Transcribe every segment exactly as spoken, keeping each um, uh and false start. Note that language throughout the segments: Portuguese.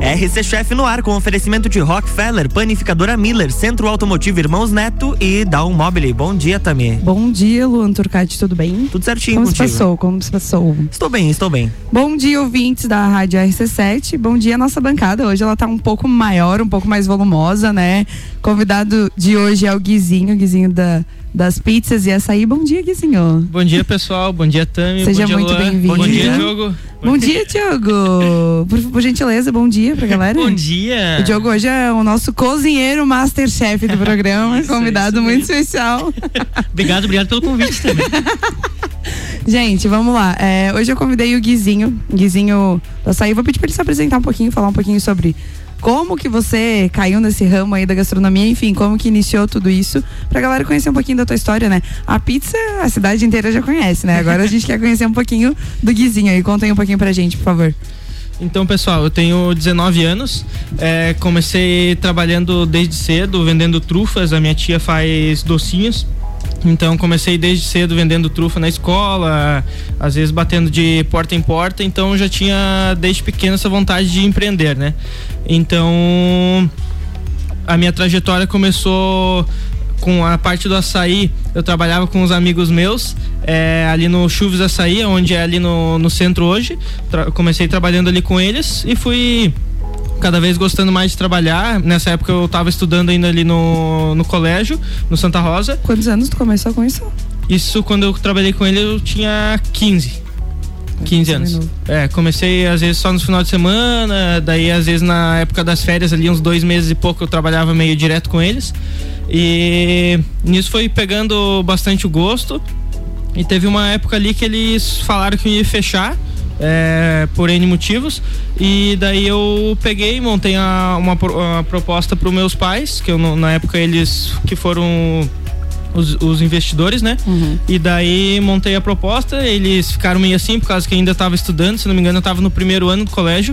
R C Chef no ar com oferecimento de Rockefeller, Panificadora Miller, Centro Automotivo Irmãos Neto e Down Mobile. Bom dia, Tami. Bom dia, Luan Turcati, tudo bem? Tudo certinho Como contigo. se passou? Como se passou? Estou bem, estou bem. Bom dia, ouvintes da Rádio R C sete. Bom dia, nossa bancada. Hoje ela tá um pouco maior, um pouco mais volumosa, né? Convidado de hoje é o Guizinho, Guizinho da... das pizzas e açaí. Bom dia, Guizinho. Bom dia, pessoal. Bom dia, Tami. Seja bom dia, muito bem-vindo. Bom dia, Diogo. Bom dia, Diogo. Por, por gentileza, bom dia pra galera. Bom dia. O Diogo hoje é o nosso cozinheiro masterchef do programa. Isso, convidado isso muito especial. Obrigado, obrigado pelo convite também. Gente, vamos lá. É, hoje eu convidei o Guizinho, Guizinho do açaí. Vou pedir pra ele se apresentar um pouquinho, falar um pouquinho sobre como que você caiu nesse ramo aí da gastronomia, enfim, como que iniciou tudo isso, pra galera conhecer um pouquinho da tua história, né? A pizza, a cidade inteira já conhece, né? Agora a gente quer conhecer um pouquinho do Guizinho aí. Conta aí um pouquinho pra gente, por favor. Então, pessoal, eu tenho dezenove anos, é, comecei trabalhando desde cedo, vendendo trufas. A minha tia faz docinhos. Então comecei desde cedo vendendo trufa na escola, às vezes batendo de porta em porta, então já tinha desde pequeno essa vontade de empreender, né? Então a minha trajetória começou com a parte do açaí. Eu trabalhava com uns amigos meus é, ali no Chuves Açaí, onde é ali no, no centro hoje. Tra- comecei trabalhando ali com eles e fui cada vez gostando mais de trabalhar. Nessa época eu estava estudando ainda ali no, no colégio, no Santa Rosa. Quantos anos tu começou com isso? Isso, quando eu trabalhei com ele, eu tinha quinze. quinze anos. É, comecei às vezes só no final de semana, daí às vezes na época das férias ali, uns dois meses e pouco, eu trabalhava meio direto com eles. E nisso foi pegando bastante o gosto. E teve uma época ali que eles falaram que ia fechar. É, por N motivos, e daí eu peguei, montei a, uma, uma proposta para os meus pais, que eu, na época eles que foram os, os investidores, né? Uhum. E daí montei a proposta, eles ficaram meio assim, por causa que ainda estava estudando, se não me engano eu estava no primeiro ano do colégio,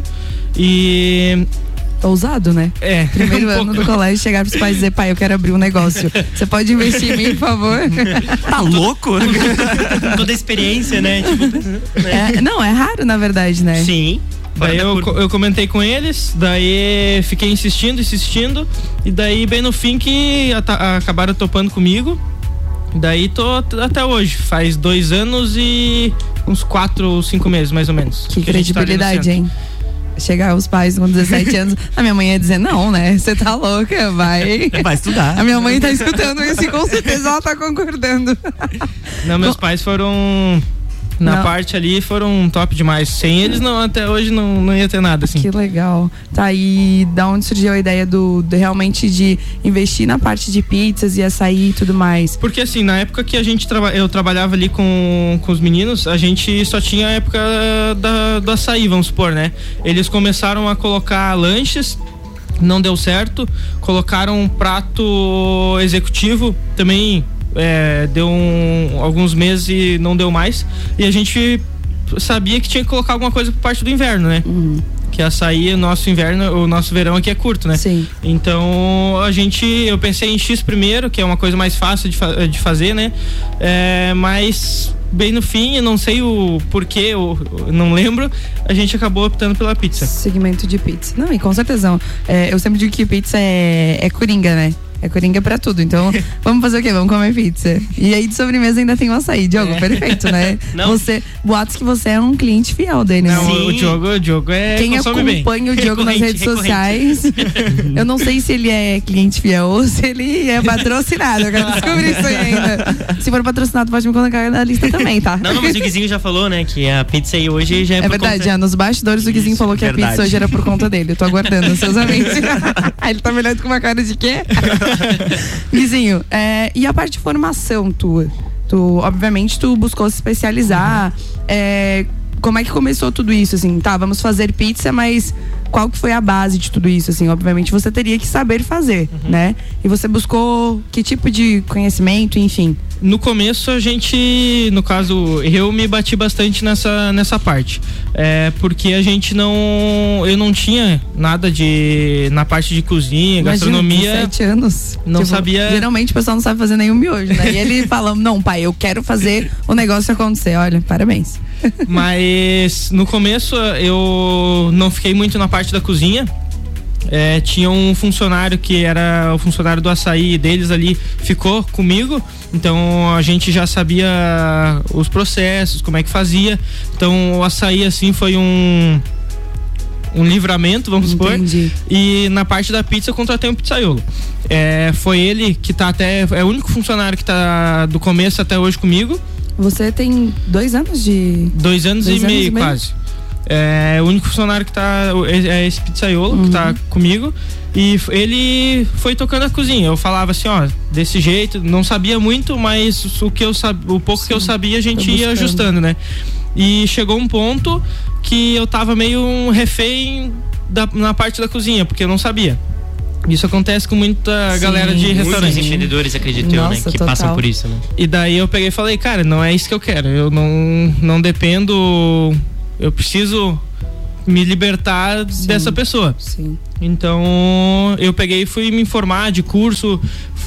e... Ousado, né? É. Primeiro um ano pouco. do colégio, chegar pros pais e dizer, pai, eu quero abrir um negócio. Você pode investir em mim, por favor? Tá louco? Toda a experiência, né? Tipo, né? É, não, é raro, na verdade, né? Sim. Daí eu, eu comentei com eles, daí fiquei insistindo, insistindo, e daí bem no fim que a, acabaram topando comigo. Daí tô até hoje, faz dois anos e uns quatro ou cinco meses, mais ou menos. Que, que credibilidade, tá, hein? Chegar os pais com dezessete anos, a minha mãe ia dizer, não, né? Você tá louca, vai. Vai estudar. A minha mãe tá escutando isso e com certeza ela tá concordando. Não, meus pais foram... Na não. parte ali foram top demais. Sem eles, não, até hoje não, não ia ter nada, assim. Que legal. Tá, e da onde surgiu a ideia do, de realmente de investir na parte de pizzas e açaí e tudo mais? Porque assim, na época que a gente traba, eu trabalhava ali com, com os meninos, a gente só tinha a época da, do açaí, vamos supor, né? Eles começaram a colocar lanches, não deu certo. Colocaram um prato executivo, também... É, deu um, alguns meses e não deu mais. E a gente sabia que tinha que colocar alguma coisa por parte do inverno, né? Uhum. Que açaí, o nosso inverno, o nosso verão aqui é curto, né? Sim. Então a gente, eu pensei em X primeiro, que é uma coisa mais fácil de, fa- de fazer, né? É, mas bem no fim, eu não sei o porquê, eu, eu não lembro, a gente acabou optando pela pizza. Segmento de pizza. Não, e com certeza. É, eu sempre digo que pizza é, é coringa, né? É coringa pra tudo, então vamos fazer o quê? Vamos comer pizza. E aí de sobremesa ainda tem o açaí. Diogo, é. Perfeito, né? Não. Você, boatos que você é um cliente fiel dele, não, né? o Diogo, o Diogo é Quem acompanha bem. O Diogo nas redes sociais, eu não sei se ele é cliente fiel ou se ele é patrocinado. Eu quero descobrir isso aí ainda. Se for patrocinado, pode me colocar na lista também, tá? Não, não, mas o Guizinho já falou, né? Que a pizza aí hoje já é, é por verdade, conta... já nos bastidores o Guizinho isso, falou que verdade. A pizza hoje era por conta dele. Eu tô aguardando ansiosamente. Ele tá me olhando com uma cara de quê? Guizinho, é, e a parte de formação tua? Tu, obviamente, tu buscou se especializar. Uhum. É, como é que começou tudo isso, assim? Tá, vamos fazer pizza, mas qual que foi a base de tudo isso, assim? Obviamente, você teria que saber fazer, uhum. né? E você buscou que tipo de conhecimento, enfim? No começo a gente, no caso, eu me bati bastante nessa, nessa parte. É, porque a gente não, eu não tinha nada de, na parte de cozinha, imagina, gastronomia. Sete anos. Não tipo, sabia. Geralmente o pessoal não sabe fazer nenhum miojo, né? E ele fala, não, pai, eu quero fazer o negócio acontecer. Olha, parabéns. Mas no começo eu não fiquei muito na parte da cozinha. É, tinha um funcionário que era o funcionário do açaí deles ali, ficou comigo, então a gente já sabia os processos, como é que fazia. Então o açaí assim foi um um livramento, vamos supor. E na parte da pizza eu contratei um pizzaiolo. É, foi ele que tá até, é o único funcionário que tá do começo até hoje comigo. Você tem dois anos de... Dois anos, dois e, anos meio, e meio, quase. É o único funcionário que tá, é esse pizzaiolo, uhum, que tá comigo. E ele foi tocando a cozinha. Eu falava assim, ó, desse jeito, não sabia muito, mas o que eu sabia, o pouco Sim, que eu sabia a gente ia ajustando, né? E chegou um ponto que eu tava meio um refém da, na parte da cozinha, porque eu não sabia. Isso acontece com muita Sim, galera de restaurante. Muitos empreendedores, acredito eu, né? Que total. Passam por isso, né? E daí eu peguei e falei, cara, não é isso que eu quero. Eu não, não dependo... Eu preciso me libertar Sim, dessa pessoa. Sim. Então eu peguei e fui me informar de curso,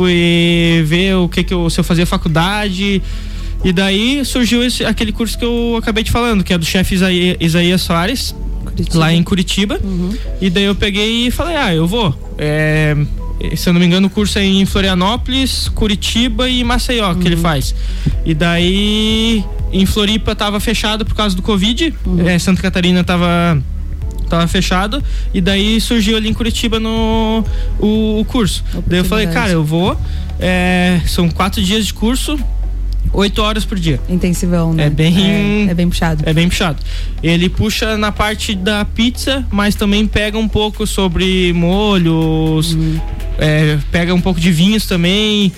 fui ver o que que eu, se eu fazia faculdade. E daí surgiu esse, aquele curso que eu acabei te falando, que é do chefe Isaías, Isaías Soares, Curitiba. Lá em Curitiba. Uhum. E daí eu peguei e falei, ah, eu vou. É, se eu não me engano, o curso é em Florianópolis, Curitiba e Maceió, uhum, que ele faz. E daí em Floripa tava fechado por causa do Covid, uhum, é, Santa Catarina tava tava fechado, e daí surgiu ali em Curitiba no o, o curso. Daí eu falei, cara, eu vou, é, são quatro dias de curso, oito horas por dia. Intensivão, né? É bem, é, é bem puxado. É bem puxado. Ele puxa na parte da pizza, mas também pega um pouco sobre molhos, uhum, é, pega um pouco de vinhos também.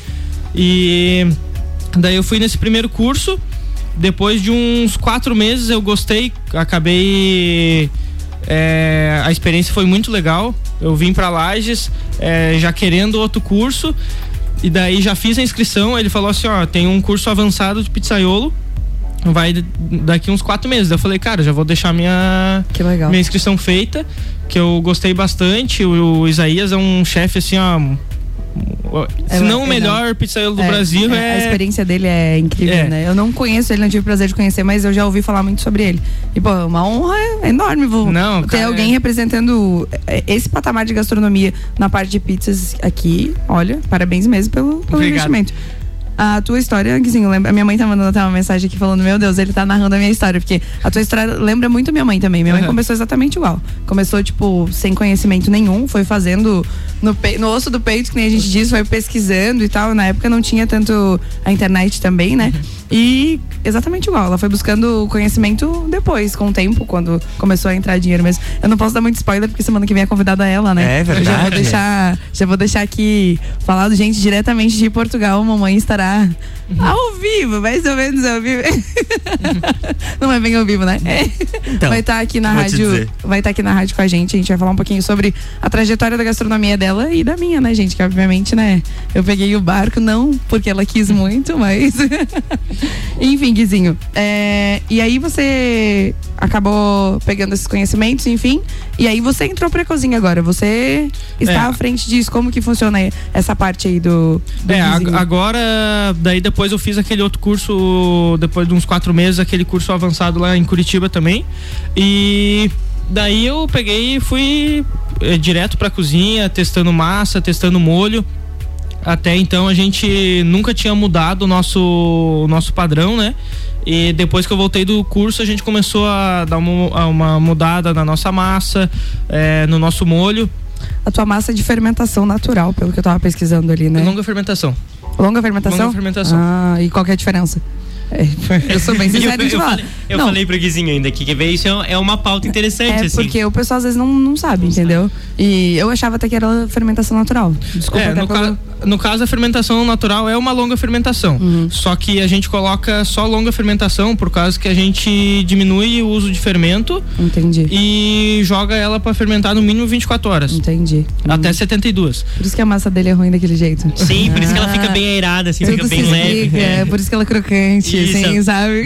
E daí eu fui nesse primeiro curso. Depois de uns quatro meses eu gostei, acabei... É, a experiência foi muito legal. Eu vim pra Lages, é, já querendo outro curso. E daí já fiz a inscrição. Ele falou assim, ó, tem um curso avançado de pizzaiolo, vai daqui uns quatro meses. Eu falei, cara, já vou deixar minha, que legal, minha inscrição feita, que eu gostei bastante. O, o Isaías é um chefe assim, ó, se é, não o melhor não. pizzaiolo do é, Brasil. É, a experiência dele é incrível, é. né? Eu não conheço ele, não tive o prazer de conhecer, mas eu já ouvi falar muito sobre ele. E, pô, uma honra enorme vou não, ter cara, alguém é... representando esse patamar de gastronomia na parte de pizzas aqui. Olha, parabéns mesmo pelo, pelo investimento. A tua história, Guizinho, lembra? A minha mãe tá mandando até uma mensagem aqui falando, meu Deus, ele tá narrando a minha história, porque a tua história lembra muito minha mãe também. Minha mãe uhum. começou exatamente igual. Começou, tipo, sem conhecimento nenhum, foi fazendo no, pe... no osso do peito, que nem a gente diz, foi pesquisando e tal. Na época não tinha tanto a internet também, né? Uhum. E exatamente igual, ela foi buscando conhecimento depois, com o tempo, quando começou a entrar dinheiro mesmo. Eu não posso dar muito spoiler, porque semana que vem é convidada ela, né? É verdade. Eu já vou deixar, já vou deixar aqui falado, gente, diretamente de Portugal, mamãe estará uhum. ao vivo, mais ou menos ao vivo. Uhum. Não é bem ao vivo, né? É. Então, vai estar tá aqui na rádio, vai estar tá aqui na rádio com a gente, a gente vai falar um pouquinho sobre a trajetória da gastronomia dela e da minha, né, gente? Que obviamente, né, eu peguei o barco, não porque ela quis muito, mas... Enfim, Guizinho, é, e aí você acabou pegando esses conhecimentos, enfim, e aí você entrou pra cozinha agora, você está é. à frente disso, como que funciona essa parte aí do, do É, Guizinho? Agora, daí depois eu fiz aquele outro curso, depois de uns quatro meses, aquele curso avançado lá em Curitiba também, e daí eu peguei e fui é, direto pra cozinha, testando massa, testando molho. Até então a gente nunca tinha mudado o nosso, o nosso padrão, né? E depois que eu voltei do curso, a gente começou a dar uma, uma mudada na nossa massa, é, no nosso molho. A tua massa é de fermentação natural, pelo que eu tava pesquisando ali, né? Longa fermentação. Longa fermentação? Longa fermentação. Ah, e qual que é a diferença? É, eu sou bem sincero de falar. Falei, eu não. falei pro Guizinho ainda que quer ver, isso é uma pauta interessante, é, assim. Porque o pessoal às vezes não, não sabe, não entendeu? Sabe. E eu achava até que era fermentação natural. Desculpa. É, no, pelo... ca... no caso, a fermentação natural é uma longa fermentação. Uhum. Só que a gente coloca só longa fermentação por causa que a gente diminui o uso de fermento. Entendi. E joga ela pra fermentar no mínimo vinte e quatro horas. Entendi. Até uhum. setenta e duas. Por isso que a massa dele é ruim daquele jeito. Sim, por isso que ela fica bem aerada, assim, fica bem leve. Explica, é, por isso que ela é crocante, isso. assim, sabe?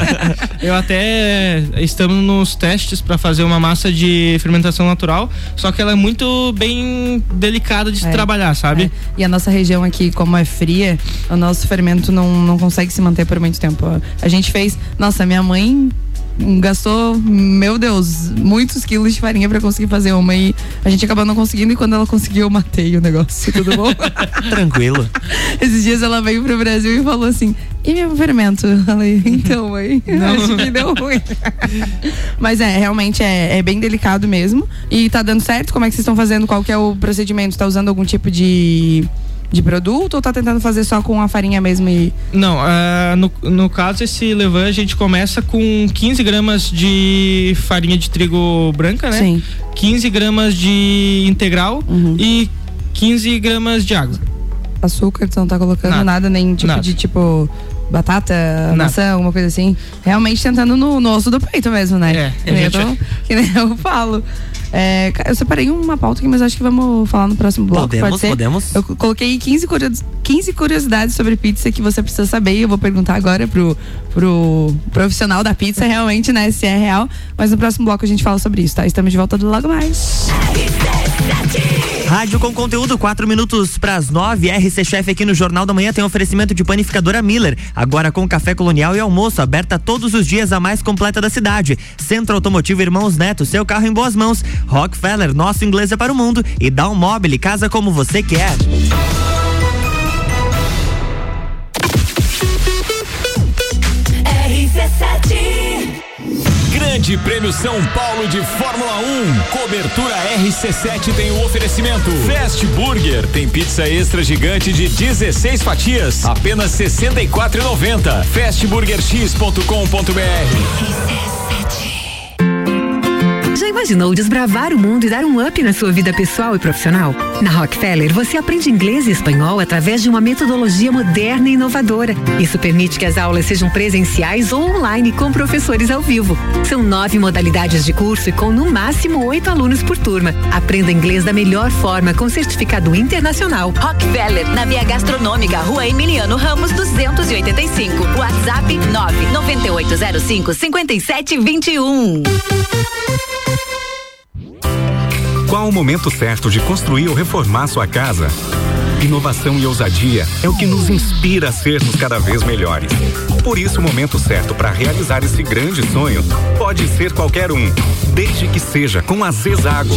Eu até estamos nos testes para fazer uma massa de fermentação natural, só que ela é muito bem delicada de se é, trabalhar, sabe? É. E a nossa região aqui, como é fria, o nosso fermento não, não consegue se manter por muito tempo. A gente fez, nossa, minha mãe gastou, meu Deus, muitos quilos de farinha pra conseguir fazer uma e a gente acabou não conseguindo e quando ela conseguiu eu matei o negócio, tudo bom? Tranquilo. Esses dias ela veio pro Brasil e falou assim, e meu fermento? Eu falei, então, mãe, acho que deu ruim. Mas é, realmente é, é bem delicado mesmo e tá dando certo? Como é que vocês estão fazendo? Qual que é o procedimento? Tá usando algum tipo de... de produto ou tá tentando fazer só com a farinha mesmo e... Não, uh, no, no caso esse levain a gente começa com quinze gramas de farinha de trigo branca, né? Sim. quinze gramas de integral uhum. e quinze gramas de água. Açúcar, você não tá colocando nada, nada nem tipo nada. de tipo batata, nada. maçã, alguma coisa assim. Realmente tentando no, no osso do peito mesmo, né? É, que, nem eu, tô, que nem eu falo. É, eu separei uma pauta aqui, mas acho que vamos falar no próximo bloco. Podemos, pode ser? podemos. Eu coloquei quinze, curios, quinze curiosidades sobre pizza que você precisa saber e eu vou perguntar agora pro, pro profissional da pizza realmente, né, se é real. Mas no próximo bloco a gente fala sobre isso, tá? Estamos de volta do logo mais. Rádio com conteúdo, quatro minutos para as nove. R C Chef aqui no Jornal da Manhã tem oferecimento de panificadora Miller. Agora com café colonial e almoço, aberta todos os dias, a mais completa da cidade. Centro Automotivo Irmãos Neto, seu carro em boas mãos. Rockefeller, nosso inglês é para o mundo. E Down Mobile, casa como você quer. R C sete. Grande Prêmio São Paulo de Fórmula um. Cobertura R C sete tem o oferecimento. Fast Burger tem pizza extra gigante de dezesseis fatias, apenas sessenta e quatro reais e noventa centavos. fast burger x ponto com ponto b r. Já imaginou desbravar o mundo e dar um up na sua vida pessoal e profissional? Na Rockefeller, você aprende inglês e espanhol através de uma metodologia moderna e inovadora. Isso permite que as aulas sejam presenciais ou online com professores ao vivo. São nove modalidades de curso e com no máximo oito alunos por turma. Aprenda inglês da melhor forma com certificado internacional. Rockefeller, na Via Gastronômica, Rua Emiliano Ramos, duzentos e oitenta e cinco. WhatsApp nove nove oito zero cinco cinco sete dois um. Qual o momento certo de construir ou reformar sua casa? Inovação e ousadia é o que nos inspira a sermos cada vez melhores. Por isso, o momento certo para realizar esse grande sonho pode ser qualquer um, desde que seja com a Zezago.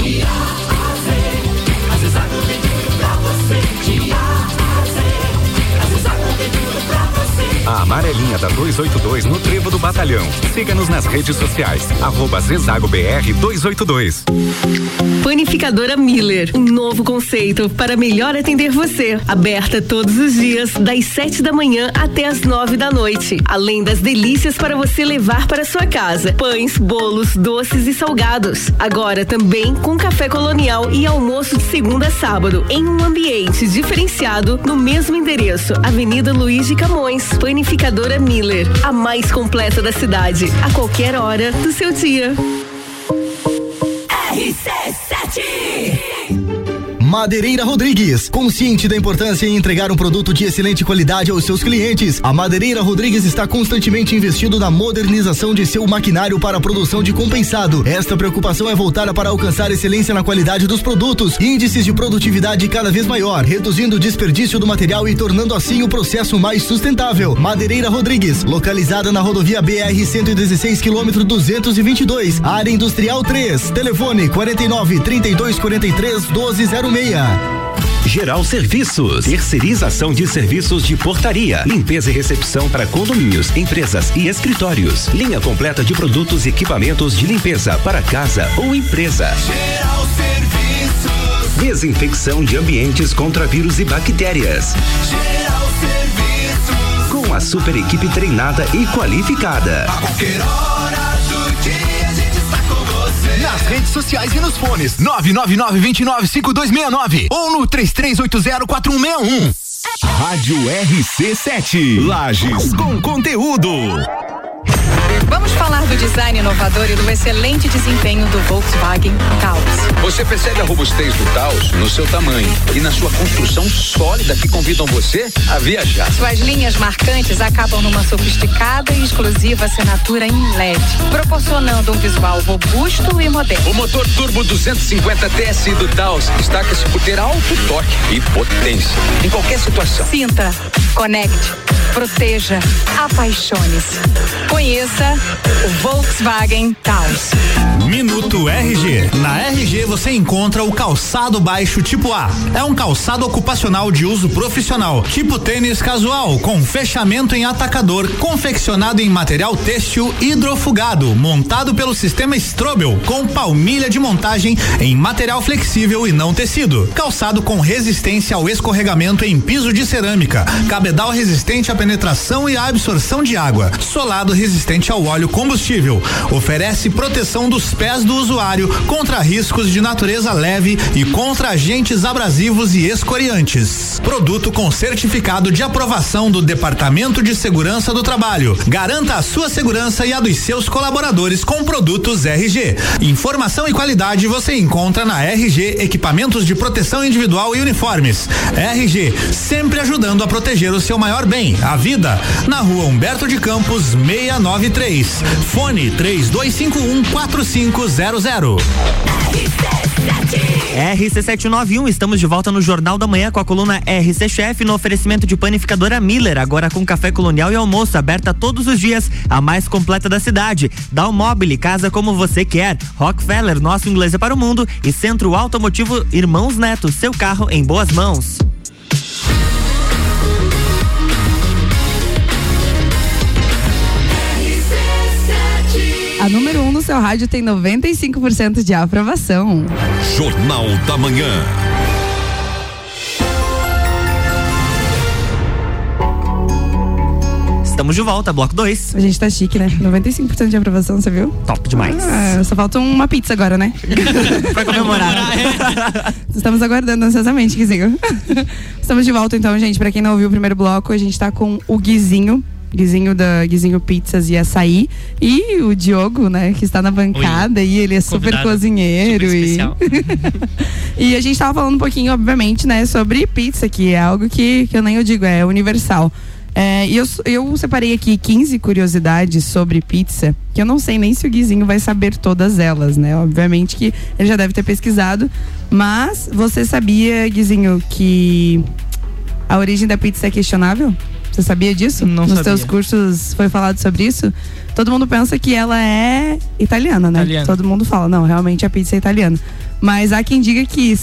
A amarelinha da duzentos e oitenta e dois no Trevo do Batalhão. Siga-nos nas redes sociais, arroba Zezago B R duzentos e oitenta e dois. Panificadora Miller, um novo conceito para melhor atender você. Aberta todos os dias, das sete da manhã até as nove da noite. Além das delícias para você levar para sua casa. Pães, bolos, doces e salgados. Agora também com café colonial e almoço de segunda a sábado, em um ambiente diferenciado, no mesmo endereço, Avenida Luiz de Camões. Panificadora Miller, a mais completa da cidade, a qualquer hora do seu dia. R C sete. Madeireira Rodrigues, consciente da importância em entregar um produto de excelente qualidade aos seus clientes, a Madeireira Rodrigues está constantemente investindo na modernização de seu maquinário para a produção de compensado. Esta preocupação é voltada para alcançar excelência na qualidade dos produtos, índices de produtividade cada vez maior, reduzindo o desperdício do material e tornando assim o processo mais sustentável. Madeireira Rodrigues, localizada na rodovia B R cento e dezesseis, quilômetro duzentos e vinte e dois, área industrial três, telefone quarenta e nove, trinta e dois, quarenta e três, doze zero seis. Geral Serviços, terceirização de serviços de portaria, limpeza e recepção para condomínios, empresas e escritórios. Linha completa de produtos e equipamentos de limpeza para casa ou empresa. Geral Serviços. Desinfecção de ambientes contra vírus e bactérias. Geral Serviços. Com a super equipe treinada e qualificada. A qualquer hora do dia a gente está com você. Nas redes sociais e nos fones nove nove nove, dois nove, cinco dois seis nove ou no três três oito zero, quatro um seis um. Rádio R C sete, Lages com conteúdo. Vamos falar do design inovador e do excelente desempenho do Volkswagen Taos. Você percebe a robustez do Taos no seu tamanho e na sua construção sólida que convidam você a viajar. Suas linhas marcantes acabam numa sofisticada e exclusiva assinatura em L E D, proporcionando um visual robusto e moderno. O motor turbo duzentos e cinquenta T S I do Taos destaca-se por ter alto torque e potência em qualquer situação. Sinta, conecte, proteja, apaixone-se. Conheça Volkswagen Taos. Minuto R G. Na R G você encontra o calçado baixo tipo A. É um calçado ocupacional de uso profissional, tipo tênis casual, com fechamento em atacador, confeccionado em material têxtil hidrofugado, montado pelo sistema Strobel, com palmilha de montagem em material flexível e não tecido. Calçado com resistência ao escorregamento em piso de cerâmica, cabedal resistente à penetração e à absorção de água, solado resistente ao óleo combustível. Oferece proteção dos pés do usuário contra riscos de natureza leve e contra agentes abrasivos e escoriantes. Produto com certificado de aprovação do Departamento de Segurança do Trabalho. Garanta a sua segurança e a dos seus colaboradores com produtos R G. Informação e qualidade você encontra na R G Equipamentos de Proteção Individual e Uniformes. R G, sempre ajudando a proteger o seu maior bem, a vida. Na rua Humberto de Campos, seiscentos e noventa e três. Fone três dois cinco um quatro cinco zero zero. R C sete nove um, estamos de volta no Jornal da Manhã com a coluna R C Chef no oferecimento de panificadora Miller, agora com café colonial e almoço, aberta todos os dias, a mais completa da cidade. Dalmobile, casa como você quer. Rockefeller, nosso inglês é para o mundo. E Centro Automotivo Irmãos Neto, seu carro em boas mãos. A número um no seu rádio tem noventa e cinco por cento de aprovação. Jornal da Manhã. Estamos de volta, bloco dois. A gente tá chique, né? noventa e cinco por cento de aprovação, você viu? Top demais. Ah, só falta uma pizza agora, né? Pra comemorar. Estamos aguardando ansiosamente, Guizinho. Estamos de volta então, gente. Pra quem não ouviu o primeiro bloco, a gente tá com o Guizinho. Guizinho da Guizinho Pizzas e Açaí, e o Diogo, né, que está na bancada. Oi. E ele é super Convidado. cozinheiro super especial. e e a gente tava falando um pouquinho, obviamente, né, sobre pizza, que é algo que, que eu nem eu digo, é universal. É, e eu, eu separei aqui quinze curiosidades sobre pizza, que eu não sei nem se o Guizinho vai saber todas elas, né? Obviamente que ele já deve ter pesquisado, mas você sabia, Guizinho, que a origem da pizza é questionável? Você sabia disso? Não Nos sabia. teus cursos foi falado sobre isso? Todo mundo pensa que ela é italiana, né? Italiana. Todo mundo fala, não, realmente a pizza é italiana. Mas há quem diga que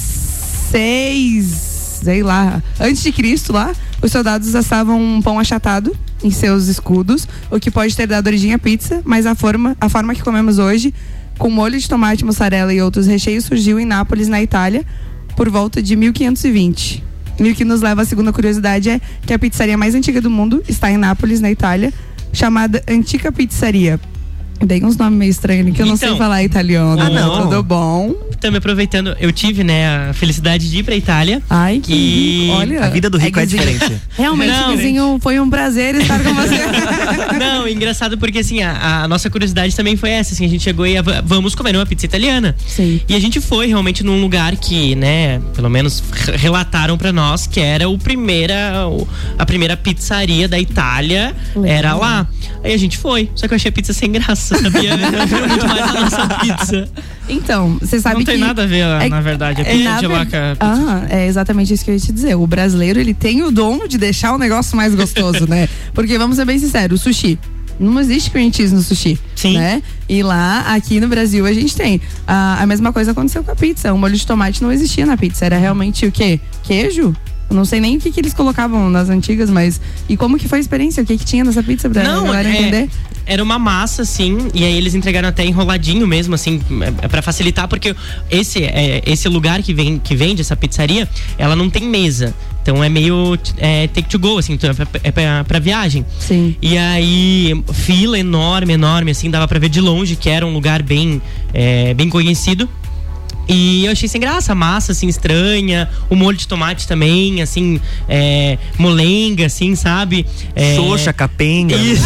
seis, sei lá, antes de Cristo lá, os soldados assavam um pão achatado em seus escudos, o que pode ter dado origem à pizza, mas a forma, a forma que comemos hoje, com molho de tomate, mussarela e outros recheios, surgiu em Nápoles, na Itália, por volta de mil quinhentos e vinte. E o que nos leva à segunda curiosidade é que a pizzaria mais antiga do mundo está em Nápoles, na Itália, chamada Antica Pizzaria. Tem uns nomes meio estranhos, que eu não então, sei falar italiano. Ah, não. Tudo bom? Também aproveitando, eu tive, né, a felicidade de ir pra Itália. Ai, que e... olha. A vida do rico é, é diferente. Realmente, não, Guizinho, foi um prazer estar com você. Não, engraçado porque, assim, a, a nossa curiosidade também foi essa, assim, a gente chegou e a, vamos comer uma pizza italiana. Sim. E a gente foi realmente num lugar que, né, pelo menos relataram pra nós que era o primeira, o, a primeira pizzaria da Itália, Legal. Era lá. Aí a gente foi, só que eu achei a pizza sem graça, sabia? Muito mais a nossa pizza. Então, você sabe que... Não tem que nada a ver, é, na verdade. É, é nada, lá que a ah, é exatamente isso que eu ia te dizer. O brasileiro, ele tem o dom de deixar o negócio mais gostoso, né? Porque, vamos ser bem sinceros, o sushi... Não existe cream cheese no sushi, Sim. né? E lá, aqui no Brasil, a gente tem. A, a mesma coisa aconteceu com a pizza. O molho de tomate não existia na pizza. Era realmente o quê? Queijo? Eu não sei nem o que, que eles colocavam nas antigas, mas... E como que foi a experiência? O que que tinha nessa pizza pra não, galera é, entender? Era uma massa, assim, e aí eles entregaram até enroladinho mesmo, assim, é, pra facilitar, porque esse, é, esse lugar que, vem, que vende essa pizzaria, ela não tem mesa. Então é meio é, take to go, assim, é pra, é pra, pra viagem. Sim. E aí, fila enorme, enorme, assim, dava pra ver de longe que era um lugar bem, é, bem conhecido. E eu achei sem graça, a massa, assim, estranha, o molho de tomate também, assim, é, molenga, assim, sabe? É, Xoxa, capenga. Isso.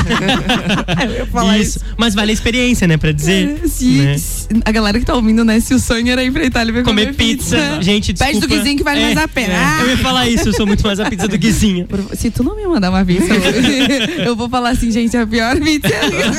Eu ia falar isso. isso. Mas vale a experiência, né, pra dizer. É, se, né? se, a galera que tá ouvindo, né, se o sonho era ir pra Itália ver comer, comer pizza. pizza. Gente, desculpa. Pede do Guizinho que vale é, mais a pena. É. Eu ia falar isso, eu sou muito mais a pizza do Guizinho. Se tu não me mandar uma pizza, eu vou falar assim, gente, é a pior pizza.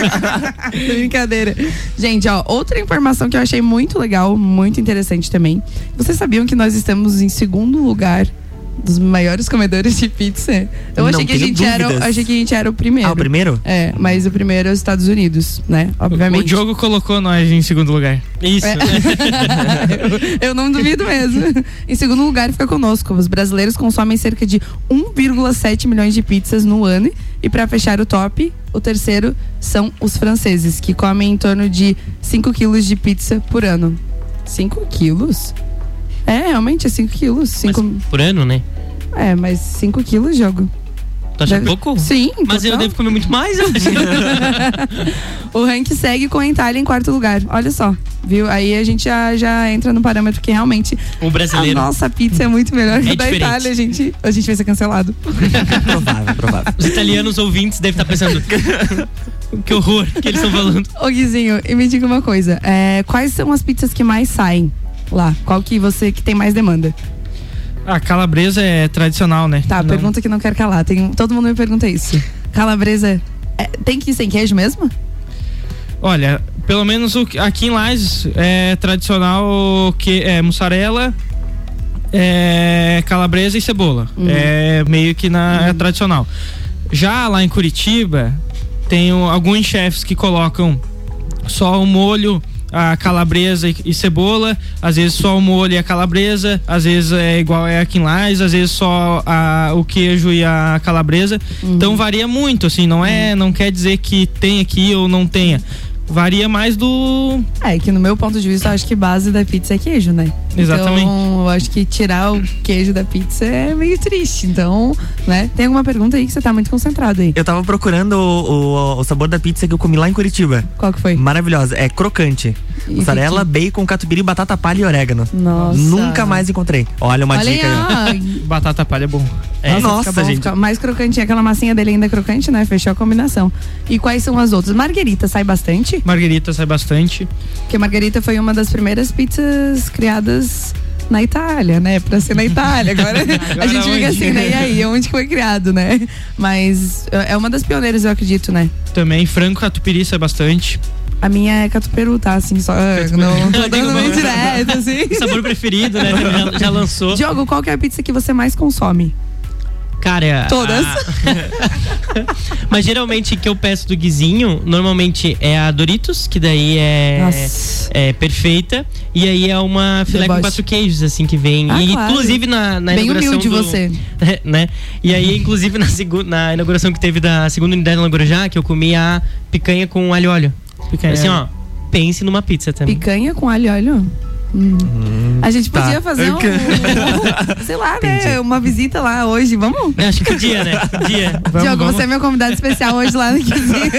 Brincadeira. Gente, ó, outra informação que eu achei muito legal, muito interessante também. Vocês sabiam que nós estamos em segundo lugar dos maiores comedores de pizza. Eu Não achei que a gente dúvidas. era, achei que a gente era o primeiro. Ah, o primeiro? É, mas o primeiro é os Estados Unidos, né? Obviamente. O Diogo colocou nós em segundo lugar. Isso. É. eu, eu não duvido mesmo. Em segundo lugar fica conosco. Os brasileiros consomem cerca de um vírgula sete milhões de pizzas no ano. E para fechar o top, o terceiro são os franceses, que comem em torno de cinco quilos de pizza por ano. cinco quilos? É, realmente é cinco quilos. cinco... Mas por ano, né? É, mas cinco quilos, jogo. Tu acha Deve... pouco? Sim. Mas total. eu devo comer muito mais, eu acho. O ranking segue com a Itália em quarto lugar. Olha só, viu? Aí a gente já, já entra no parâmetro que realmente o brasileiro. A nossa pizza é muito melhor que é a da diferente. Itália. A gente, a gente vai ser cancelado. Provável, provável. Os italianos ouvintes devem estar pensando que horror que eles estão falando. Ô Guizinho, e me diga uma coisa. É, quais são as pizzas que mais saem lá? Qual que você que tem mais demanda? A calabresa é tradicional, né? Tá, não... pergunta que não quero calar. Tem, todo mundo me pergunta isso. Calabresa é, tem que ir sem queijo mesmo? Olha, pelo menos o, aqui em Lages é tradicional que é mussarela, é calabresa e cebola. Uhum. É meio que na uhum. é tradicional. Já lá em Curitiba tem um, alguns chefes que colocam só o molho, a calabresa e, e cebola, às vezes só o molho e a calabresa, às vezes é igual é aqui em Lages, às vezes só a, o queijo e a calabresa. Uhum. Então varia muito, assim, não é, não quer dizer que tem aqui ou não tenha. Varia mais do... É, que no meu ponto de vista eu acho que base da pizza é queijo, né? Exatamente. Então eu acho que tirar o queijo da pizza é meio triste. Então, né? Tem alguma pergunta aí que você tá muito concentrado aí? Eu tava procurando o, o, o sabor da pizza que eu comi lá em Curitiba. Qual que foi? Maravilhosa, é crocante. E mussarela, que... bacon, catupiry, batata palha e orégano. Nossa. Nunca mais encontrei. Olha uma Olha dica aí. aí. Batata palha é bom. É, nossa, nossa bom, gente. Mais crocantinha, aquela massinha dele ainda é crocante, né? Fechou a combinação. E quais são as outras? Marguerita sai bastante? Marguerita sai bastante. Porque Marguerita foi uma das primeiras pizzas criadas na Itália, né? Pra ser na Itália. Agora, Agora a gente fica onde? assim, né? E aí, onde que foi criado, né? Mas é uma das pioneiras, eu acredito, né? Também frango catupiry sai bastante. A minha é catuperu, tá? Assim, só. Não tô dando bem direto, assim. Sabor preferido, né? Já, já lançou. Diogo, qual que é a pizza que você mais consome? Cara, todas. A... Mas geralmente que eu peço do Guizinho, normalmente é a Doritos, que daí é, é perfeita. E aí é uma filé Deboche. com quatro queijos, assim, que vem. Ah, e claro. inclusive na, na Bem inauguração. Bem humilde do, você. Né? E aí, inclusive, na, segu, na inauguração que teve da segunda unidade na Guarujá, que eu comi a picanha com alho e óleo. Picanha. Assim, ó, pense numa pizza também. Picanha com alho e óleo? Hum. Hum, a gente podia tá. fazer um, um, sei lá, né? Entendi. Uma visita lá hoje, vamos? Eu acho que podia, né? Podia. Vamos, Diogo, vamos. Você é meu convidado especial hoje lá no Guizinho.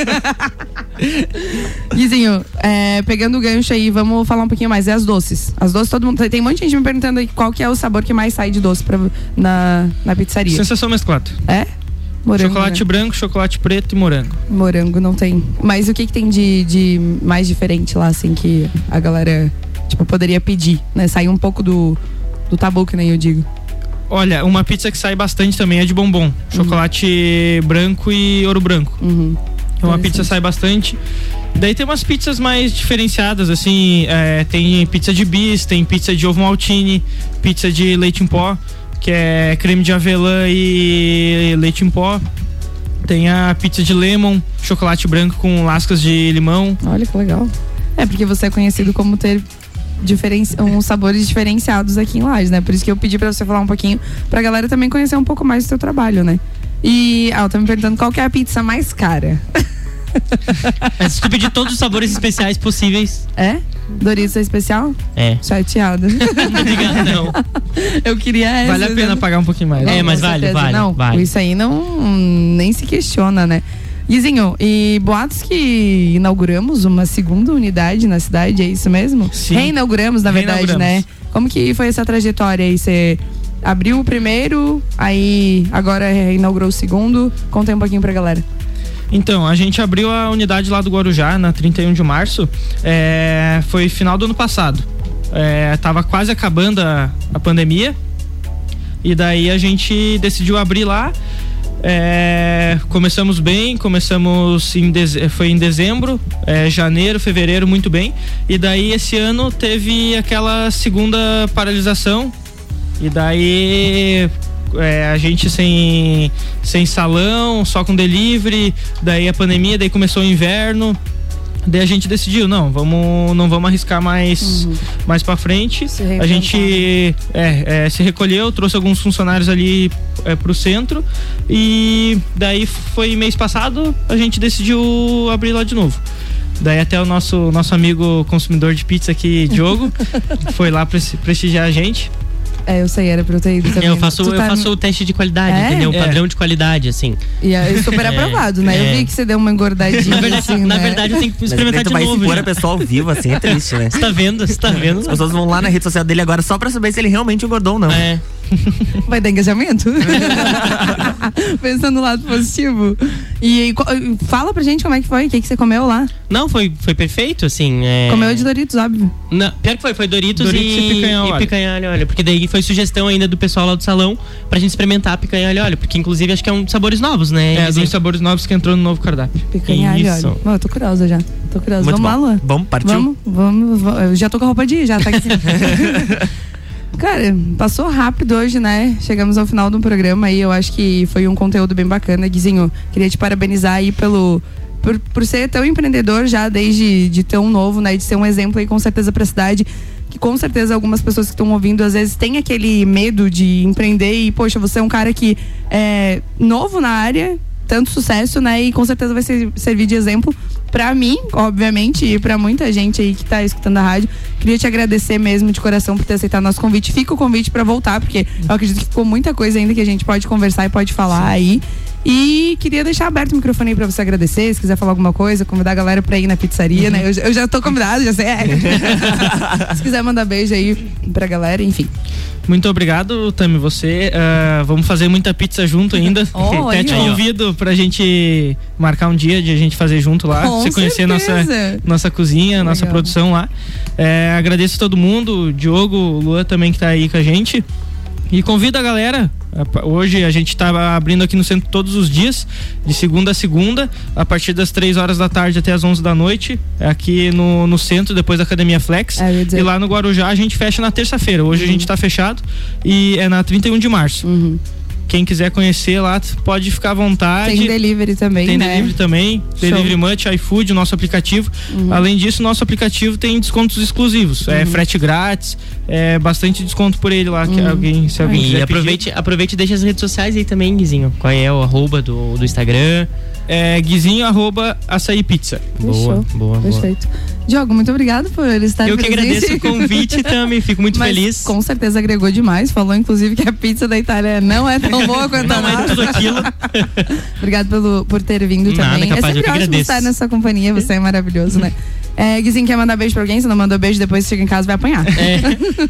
Guizinho, é, pegando o gancho aí, vamos falar um pouquinho mais. É as doces. As doces, todo mundo. Tem um monte de gente me perguntando aí qual que é o sabor que mais sai de doce pra, na, na pizzaria. Sensação mesclada. É? Morango, chocolate né? branco, chocolate preto e morango. Morango não tem. Mas o que, que tem de, de mais diferente lá, assim, que a galera. Tipo, poderia pedir, né? Sair um pouco do, do tabu, que nem eu digo. Olha, uma pizza que sai bastante também é de bombom. Uhum. Chocolate branco e ouro branco. Uhum. Uma pizza sai bastante. Daí tem umas pizzas mais diferenciadas, assim. É, tem pizza de bis, tem pizza de ovo maltine, pizza de leite em pó, que é creme de avelã e leite em pó. Tem a pizza de lemon, chocolate branco com lascas de limão. Olha que legal. É, porque você é conhecido como ter Diferenci... uns sabores diferenciados aqui em Lages, né? Por isso que eu pedi pra você falar um pouquinho, pra galera também conhecer um pouco mais do seu trabalho, né? E, ah, eu tô me perguntando qual que é a pizza mais cara. Mas se tu pedir todos os sabores especiais possíveis. É? Doritos é especial? É. Chateada. Obrigado, não. Eu queria essa. Vale a pena pagar um pouquinho mais. Não, é, mas vale, vale, não, vale. Isso aí não, nem se questiona, né? Guizinho, e boatos que inauguramos uma segunda unidade na cidade, é isso mesmo? Sim. Reinauguramos, na verdade, Reinauguramos. né? Como que foi essa trajetória aí? Você abriu o primeiro, aí agora reinaugurou o segundo. Conta aí um pouquinho pra galera. Então, a gente abriu a unidade lá do Guarujá na trinta e um de março, é, foi final do ano passado. É, tava quase acabando a, a pandemia, e daí a gente decidiu abrir lá. É, começamos bem, começamos em deze- foi em dezembro, é, janeiro, fevereiro, muito bem. E daí esse ano teve aquela segunda paralisação. E daí é, a gente sem, sem salão, só com delivery, daí a pandemia, daí começou o inverno. Daí a gente decidiu, não, vamos, não vamos arriscar mais, uhum. mais pra frente. A gente é, é, se recolheu, trouxe alguns funcionários ali é, pro centro e daí foi mês passado, a gente decidiu abrir lá de novo. Daí até o nosso, nosso amigo consumidor de pizza aqui, Diogo, foi lá prestigiar a gente. É, eu sei, era pra eu ter ido também. Eu faço, eu tá... faço o teste de qualidade, é? entendeu? O é. padrão de qualidade, assim. E é super é. aprovado, né? É. Eu vi que você deu uma engordadinha. Na verdade, assim, na né? verdade eu tenho que experimentar de vai novo. Vai se pôr a pessoa ao vivo, assim, é triste, né? Você tá vendo, você tá vendo. As pessoas vão lá na rede social dele agora só pra saber se ele realmente engordou ou não. É. Vai dar engajamento? Pensando no lado positivo. E, e fala pra gente como é que foi, o que, que você comeu lá? Não, foi, foi perfeito, assim. É... Comeu de Doritos, óbvio. Não, pior que foi, foi Doritos, Doritos e, e picanha e picanha alho óleo. Porque daí foi sugestão ainda do pessoal lá do salão pra gente experimentar a picanha alho óleo. Porque inclusive acho que é um sabores novos, né? É, dois sabores novos que entrou no novo cardápio. Picanha alho óleo. Bom, eu tô curiosa já. Tô curiosa. Muito vamos bom. lá, Luan? Vamos, partiu? Vamos, vamos, vamos. Eu já tô com a roupa de ir, já tá aqui. Cara, passou rápido hoje, né? Chegamos ao final do programa aí, eu acho que foi um conteúdo bem bacana. Guizinho, queria te parabenizar aí pelo... Por, por ser tão empreendedor já desde de tão novo, né? De ser um exemplo aí com certeza pra cidade. Que com certeza algumas pessoas que estão ouvindo às vezes têm aquele medo de empreender e, poxa, você é um cara que é novo na área, tanto sucesso, né? E com certeza vai ser, servir de exemplo pra mim, obviamente, e pra muita gente aí que tá escutando a rádio. Queria te agradecer mesmo de coração por ter aceitado nosso convite. Fica o convite pra voltar, porque eu acredito que ficou muita coisa ainda que a gente pode conversar e pode falar. Sim. Aí. E queria deixar aberto o microfone aí pra você agradecer, se quiser falar alguma coisa, convidar a galera pra ir na pizzaria, né? Eu, eu já tô convidado, já sei. É. Se quiser mandar beijo aí pra galera, enfim. Muito obrigado, Tami, você. Uh, vamos fazer muita pizza junto ainda. Oh, Até te convido pra gente marcar um dia de a gente fazer junto lá. Com você conhecer nossa, nossa cozinha, nossa Legal. Produção lá. É, agradeço a todo mundo, o Diogo, o Luan também que tá aí com a gente. E convido a galera. Hoje a gente tá abrindo aqui no centro todos os dias, de segunda a segunda, a partir das três horas da tarde até as onze da noite, aqui no, no centro, depois da Academia Flex. É, e lá no Guarujá a gente fecha na terça-feira. Hoje uhum. a gente tá fechado e é na trinta e um de março. Uhum. Quem quiser conhecer lá, pode ficar à vontade. Tem delivery também, Tem né? delivery também. Show. Delivery Much, iFood, o nosso aplicativo. Uhum. Além disso, nosso aplicativo tem descontos exclusivos. Uhum. É frete grátis, é bastante desconto por ele lá, que uhum. alguém, se alguém e quiser aproveite, pedir. aproveite e deixa as redes sociais aí também, Guizinho. Qual é o arroba do, do Instagram? É Guizinho, arroba açaí pizza. Boa, boa, Perfeito. Boa. Diogo, muito obrigado por estar Eu presente. que agradeço o convite também, fico muito Mas feliz. Com certeza agregou demais. Falou, inclusive, que a pizza da Itália não é tão boa quanto a nossa. Não é tudo aquilo. Obrigado pelo, por ter vindo Nada, também. capaz, é sempre eu que ótimo agradeço. estar nessa companhia, você é maravilhoso, né? É, Guizinho, quer mandar beijo pra alguém? Se não mandou beijo, depois chega em casa vai apanhar. É.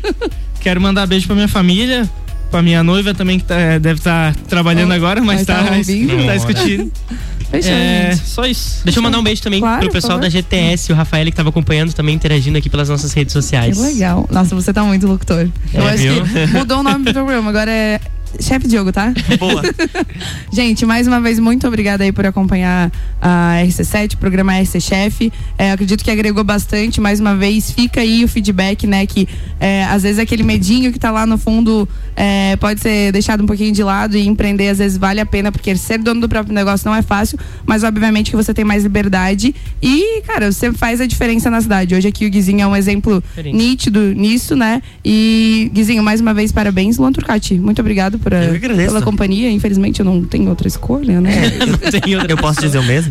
Quero mandar beijo pra minha família, pra minha noiva também, que tá, deve estar tá trabalhando oh, agora, mas tá, tá, tá escutando. Fechou, é, gente. Só isso. Deixa eu mandar um beijo também claro, pro pessoal da G T S, o Rafael que tava acompanhando também, interagindo aqui pelas nossas redes sociais. Que legal. Nossa, você tá muito locutor. É, eu acho viu? que mudou o nome do programa, agora é Chefe Diogo, tá? Boa. Gente, mais uma vez, muito obrigada aí por acompanhar a R C sete, o programa R C Chef. É, acredito que agregou bastante. Mais uma vez, fica aí o feedback, né? Que é, às vezes aquele medinho que tá lá no fundo é, pode ser deixado um pouquinho de lado e empreender, às vezes vale a pena, porque ser dono do próprio negócio não é fácil, mas obviamente que você tem mais liberdade e, cara, você faz a diferença na cidade. Hoje aqui o Guizinho é um exemplo Diferente. nítido nisso, né? E, Guizinho, mais uma vez, parabéns. Luan Turcati, muito obrigado por, a, pela companhia. Infelizmente eu não tenho outra escolha, né? eu, tenho outra eu posso dizer o mesmo?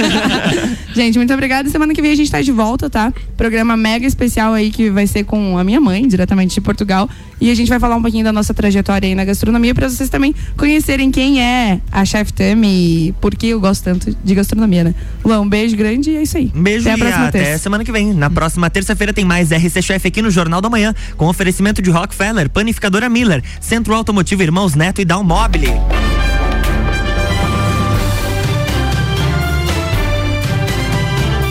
Gente, muito obrigada. Semana que vem a gente tá de volta, tá? Programa mega especial aí que vai ser com a minha mãe, diretamente de Portugal. E a gente vai falar um pouquinho da nossa trajetória aí na gastronomia pra vocês também conhecerem quem é a Chef Tami e por que eu gosto tanto de gastronomia, né? Luan, um beijo grande e é isso aí. Um beijo até a próxima e até terça. semana que vem. Na próxima terça-feira tem mais R C Chef aqui no Jornal da Manhã, com oferecimento de Rockefeller, Panificadora Miller, Centro Automotivo Irmãos Neto e Down Mobile.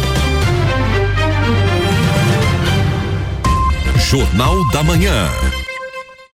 Jornal da Manhã.